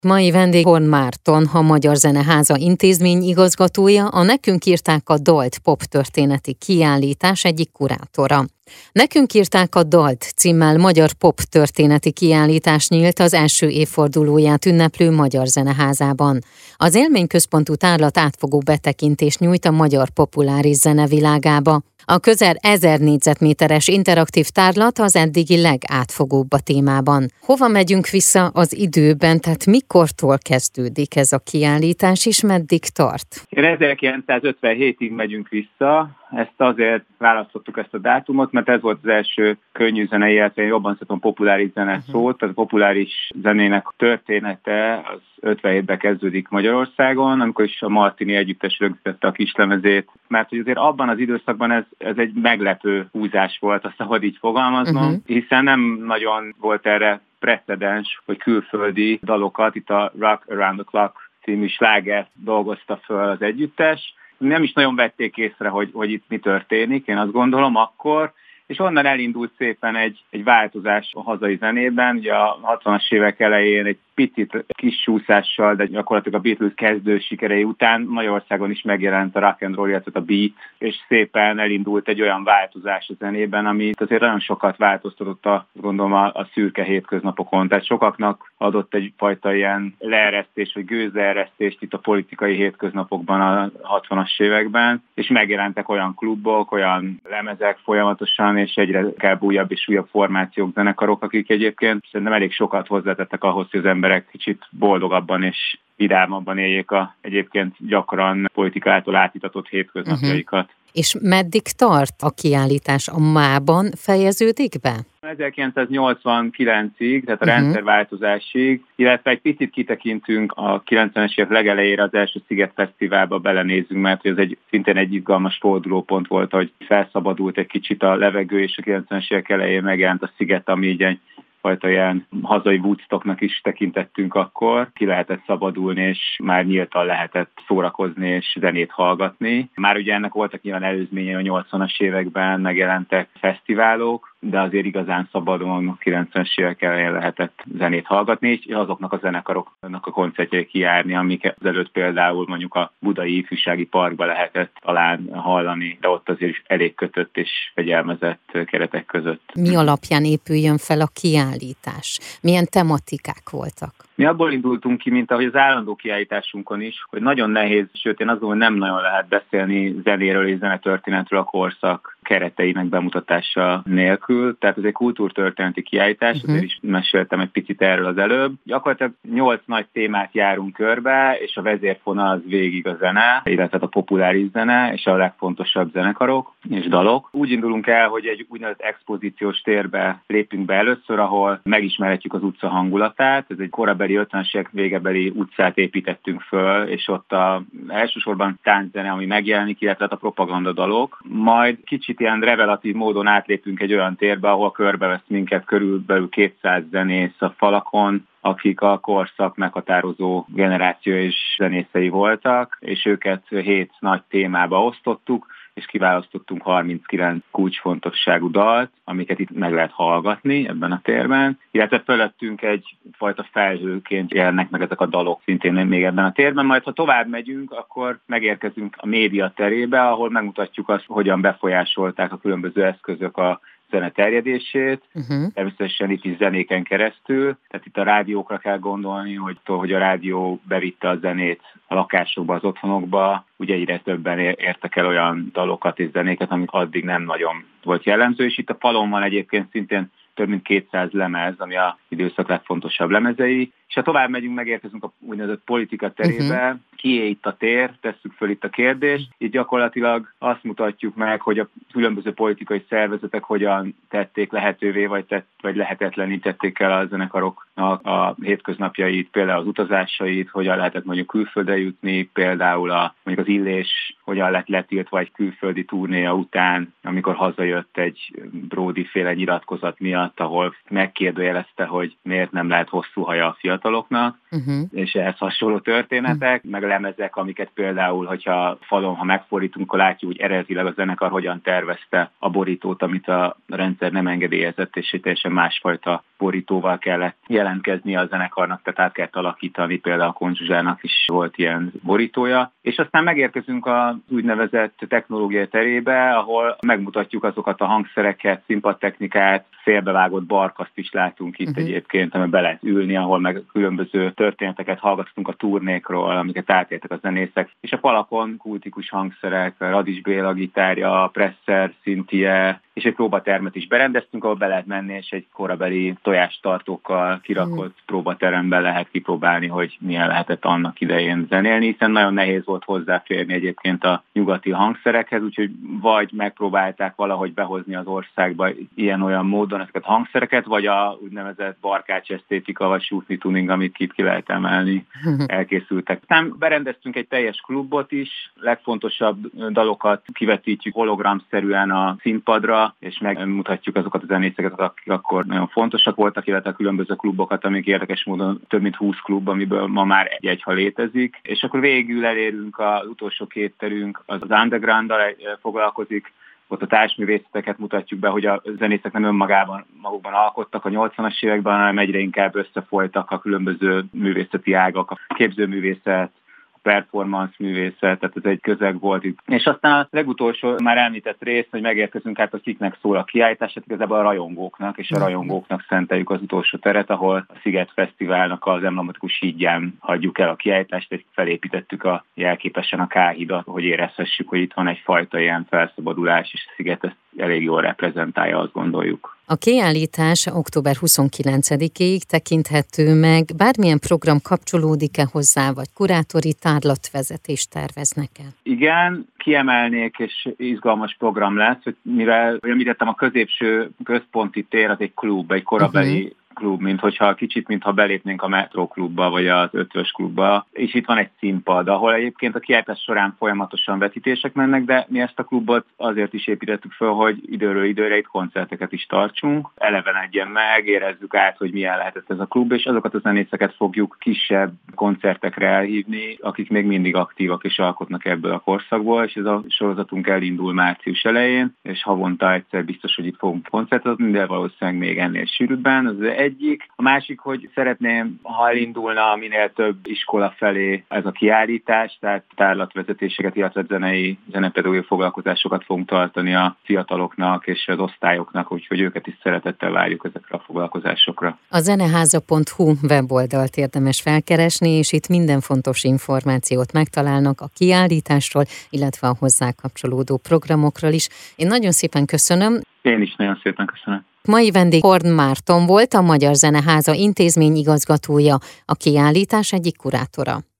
Mai vendég Horn Márton, a Magyar Zeneháza intézmény igazgatója, a Nekünk írták a dalt poptörténeti kiállítás egyik kurátora. Nekünk írták a dalt címmel magyar poptörténeti kiállítás nyílt az első évfordulóját ünneplő Magyar Zeneházában. Az élményközpontú tárlat átfogó betekintést nyújt a magyar populáris zene világába. A közel 1000 négyzetméteres interaktív tárlat az eddigi legátfogóbb a témában. Hova megyünk vissza az időben, tehát mikortól kezdődik ez a kiállítás, és meddig tart? 1957-ig megyünk vissza, ezt azért választottuk ezt a dátumot, mert ez volt az első könnyű zene, illetve jobban szeretem populáris zene szót, tehát a populáris zenének története az 57-ben kezdődik Magyarországon, amikor is a Martini együttes rögzítette a kislemezét, mert hogy azért abban az időszakban ez egy meglepő húzás volt, azt szabad így fogalmaznom, hiszen nem nagyon volt erre precedens, hogy külföldi dalokat, itt a Rock Around the Clock című slágert dolgozta föl az együttes. Nem is nagyon vették észre, hogy itt mi történik, én azt gondolom akkor, és onnan elindult szépen egy változás a hazai zenében. Ugye a 60-as évek elején egy picit kis súszással, de gyakorlatilag a Beatles kezdő sikerei után Magyarországon is megjelent a rock and roll, illetve a beat, és szépen elindult egy olyan változás a zenében, ami azért nagyon sokat változtatott a szürke hétköznapokon. Tehát sokaknak adott egyfajta ilyen leeresztés, vagy gőzleeresztést itt a politikai hétköznapokban a 60-as években, és megjelentek olyan klubok, olyan lemezek folyamatosan, és egyre kell újabb és újabb formációk, zenekarok, akik egyébként szerintem elég sokat hozzátettek ahhoz, hogy az emberek kicsit boldogabban és vidámabban éljék a egyébként gyakran politikától átitatott hétköznapjaikat. És meddig tart a kiállítás? A mában fejeződik be? 1989-ig, tehát a rendszerváltozásig, illetve egy picit kitekintünk a 90-es évek legelejére, az első Sziget Fesztiválba belenézünk, mert ez szintén egy izgalmas fordulópont volt, hogy felszabadult egy kicsit a levegő, és a 90-es évek elején megjelent a Sziget, ami így egyfajta ilyen hazai Woodstocknak is tekintettünk akkor. Ki lehetett szabadulni, és már nyíltan lehetett szórakozni és zenét hallgatni. Már ugye ennek voltak nyilván előzményei, a 80-as években megjelentek fesztiválok, de azért igazán szabadon a 90-es évek elején lehetett zenét hallgatni, és azoknak a zenekaroknak a koncertjei kijárni, amik előtt például mondjuk a Budai Ifjúsági Parkba lehetett talán hallani, de ott azért is elég kötött és fegyelmezett keretek között. Mi alapján épüljön fel a kiállítás? Milyen tematikák voltak? Mi abból indultunk ki, mint ahogy az állandó kiállításunkon is, hogy nagyon nehéz, sőt én azt gondolom, hogy nem nagyon lehet beszélni zenéről és zenetörténetről a korszak kereteinek bemutatása nélkül. Tehát ez egy kultúrtörténeti kiállítás, azért is meséltem egy picit erről az előbb. Gyakorlatilag 8 nagy témát járunk körbe, és a vezérfonal az végig a zene, illetve a populáris zene, és a legfontosabb zenekarok és dalok. Úgy indulunk el, hogy egy úgynevezett expozíciós térbe lépünk be először, ahol megismerhetjük az utca hangulatát. Ez egy korabeli 50-es évek végebeli utcát építettünk föl, és ott elsősorban tánczene, ami megjelenik, illetve a propagandadalok. Majd kicsit ilyen revelatív módon átlépünk egy olyan térbe, ahol körbevesz minket körülbelül 200 zenész a falakon, akik a korszak meghatározó generáció és zenészei voltak, és őket 7 nagy témába osztottuk, és kiválasztottunk 39 kulcsfontosságú dalt, amiket itt meg lehet hallgatni ebben a térben, illetve fölöttünk egyfajta felhőként jelennek meg ezek a dalok szintén még ebben a térben. Majd ha tovább megyünk, akkor megérkezünk a média terébe, ahol megmutatjuk azt, hogyan befolyásolták a különböző eszközök a zene terjedését, természetesen itt is zenéken keresztül, tehát itt a rádiókra kell gondolni, hogy a rádió bevitte a zenét a lakásokba, az otthonokba, ugye egyre többen értek el olyan dalokat és zenéket, amik addig nem nagyon volt jellemző, és itt a falon van egyébként szintén több mint 200 lemez, ami a időszak legfontosabb lemezei. És ha tovább megyünk, megérkezünk a úgynevezett politika terébe, kié itt a tér, tesszük föl itt a kérdést. Itt gyakorlatilag azt mutatjuk meg, hogy a különböző politikai szervezetek hogyan tették lehetővé, vagy lehetetlenítették el a zenekaroknak a hétköznapjait, például az utazásait, hogyan lehetett mondjuk külföldre jutni, például mondjuk az Illés hogyan lett letiltva egy külföldi turnéja után, amikor hazajött egy Bródi-féle nyilatkozat miatt, ahol megkérdőjelezte, hogy miért nem lehet hosszú haja a fiataloknak, és ehhez hasonló történetek, meg lemezek, amiket például, hogyha falon, ha megfordítunk, akkor látjuk, hogy eredetileg a zenekar hogyan tervezte a borítót, amit a rendszer nem engedélyezett, és egy teljesen másfajta borítóval kellett jelentkezni a zenekarnak, tehát át kellett alakítani, például a Konzsuzsának is volt ilyen borítója. És aztán megérkezünk az úgynevezett technológiai terébe, ahol megmutatjuk azokat a hangszereket, színpadtechnikát, félbevágott barkaszt is látunk itt egyébként, amiben be lehet ülni, ahol meg különböző történeteket hallgattunk a turnékról, amiket átéltek a zenészek. És a falakon kultikus hangszerek, Radics Béla gitárja, Presser, Szintje, és egy próbatermet is berendeztünk, ahol be lehet menni, és egy korabeli tojástartókkal kirakott próbateremben lehet kipróbálni, hogy milyen lehetett annak idején zenélni, hiszen nagyon nehéz volt hozzáférni egyébként a nyugati hangszerekhez, úgyhogy vagy megpróbálták valahogy behozni az országba ilyen-olyan módon ezeket a hangszereket, vagy a úgynevezett barkács esztétika, vagy súfni tuning, amit ki lehet emelni, elkészültek. Aztán berendeztünk egy teljes klubot is, legfontosabb dalokat kivetítjük hologramszerűen a színpadra, és megmutatjuk azokat a zenészeket, akik akkor nagyon fontosak voltak, illetve a különböző klubokat, amik érdekes módon több mint 20 klub, amiből ma már egy, ha létezik. És akkor végül elérünk az utolsó két terünk, az underground-dal foglalkozik, ott a társművészeteket mutatjuk be, hogy a zenészek nem magukban alkottak a 80-as években, hanem egyre inkább összefolytak a különböző művészeti ágak, a képzőművészet, performance művészet, tehát ez egy közeg volt itt. És aztán a legutolsó már említett rész, hogy megérkezünk át, hogy kiknek szól a kiállítás, hát igazából a rajongóknak, és a rajongóknak szenteljük az utolsó teret, ahol a Sziget Fesztiválnak az emblematikus hídján hagyjuk el a kiállítást, és felépítettük jelképesen a K-hidat, hogy érezhessük, hogy itt van egyfajta ilyen felszabadulás, és a Sziget ezt elég jól reprezentálja, azt gondoljuk. A kiállítás október 29-ig tekinthető meg, bármilyen program kapcsolódik-e hozzá, vagy kurátori tárlatvezetést terveznek-e? Igen, kiemelnék, és izgalmas program lesz, hogy mivel említettem, a középső központi tér az egy klub, egy korabeli klub, mintha belépnénk a Metro klubba, vagy az Ötvös klubba, és itt van egy színpad, ahol egyébként a kiállítás során folyamatosan vetítések mennek, de mi ezt a klubot azért is építettük fel, hogy időről időre itt koncerteket is tartsunk, elevenedjen meg, érezzük át, hogy milyen lehetett ez a klub, és azokat a zenészeket fogjuk kisebb koncertekre elhívni, akik még mindig aktívak és alkotnak ebből a korszakból, és ez a sorozatunk elindul március elején, és havonta egyszer biztos, hogy itt fogunk koncertot, de valószínűleg még ennél sűrűbben. Az egyik. A másik, hogy szeretném, ha elindulna minél több iskola felé ez a kiállítás, tehát tárlatvezetéseket, illetve zenepedagógiai foglalkozásokat fogunk tartani a fiataloknak és az osztályoknak, úgyhogy őket is szeretettel várjuk ezekre a foglalkozásokra. A zeneháza.hu weboldalt érdemes felkeresni, és itt minden fontos információt megtalálnak a kiállításról, illetve a hozzá kapcsolódó programokról is. Én nagyon szépen köszönöm. Én is nagyon szépen köszönöm. Mai vendég Horn Márton volt, a Magyar Zeneháza intézmény igazgatója, a kiállítás egyik kurátora.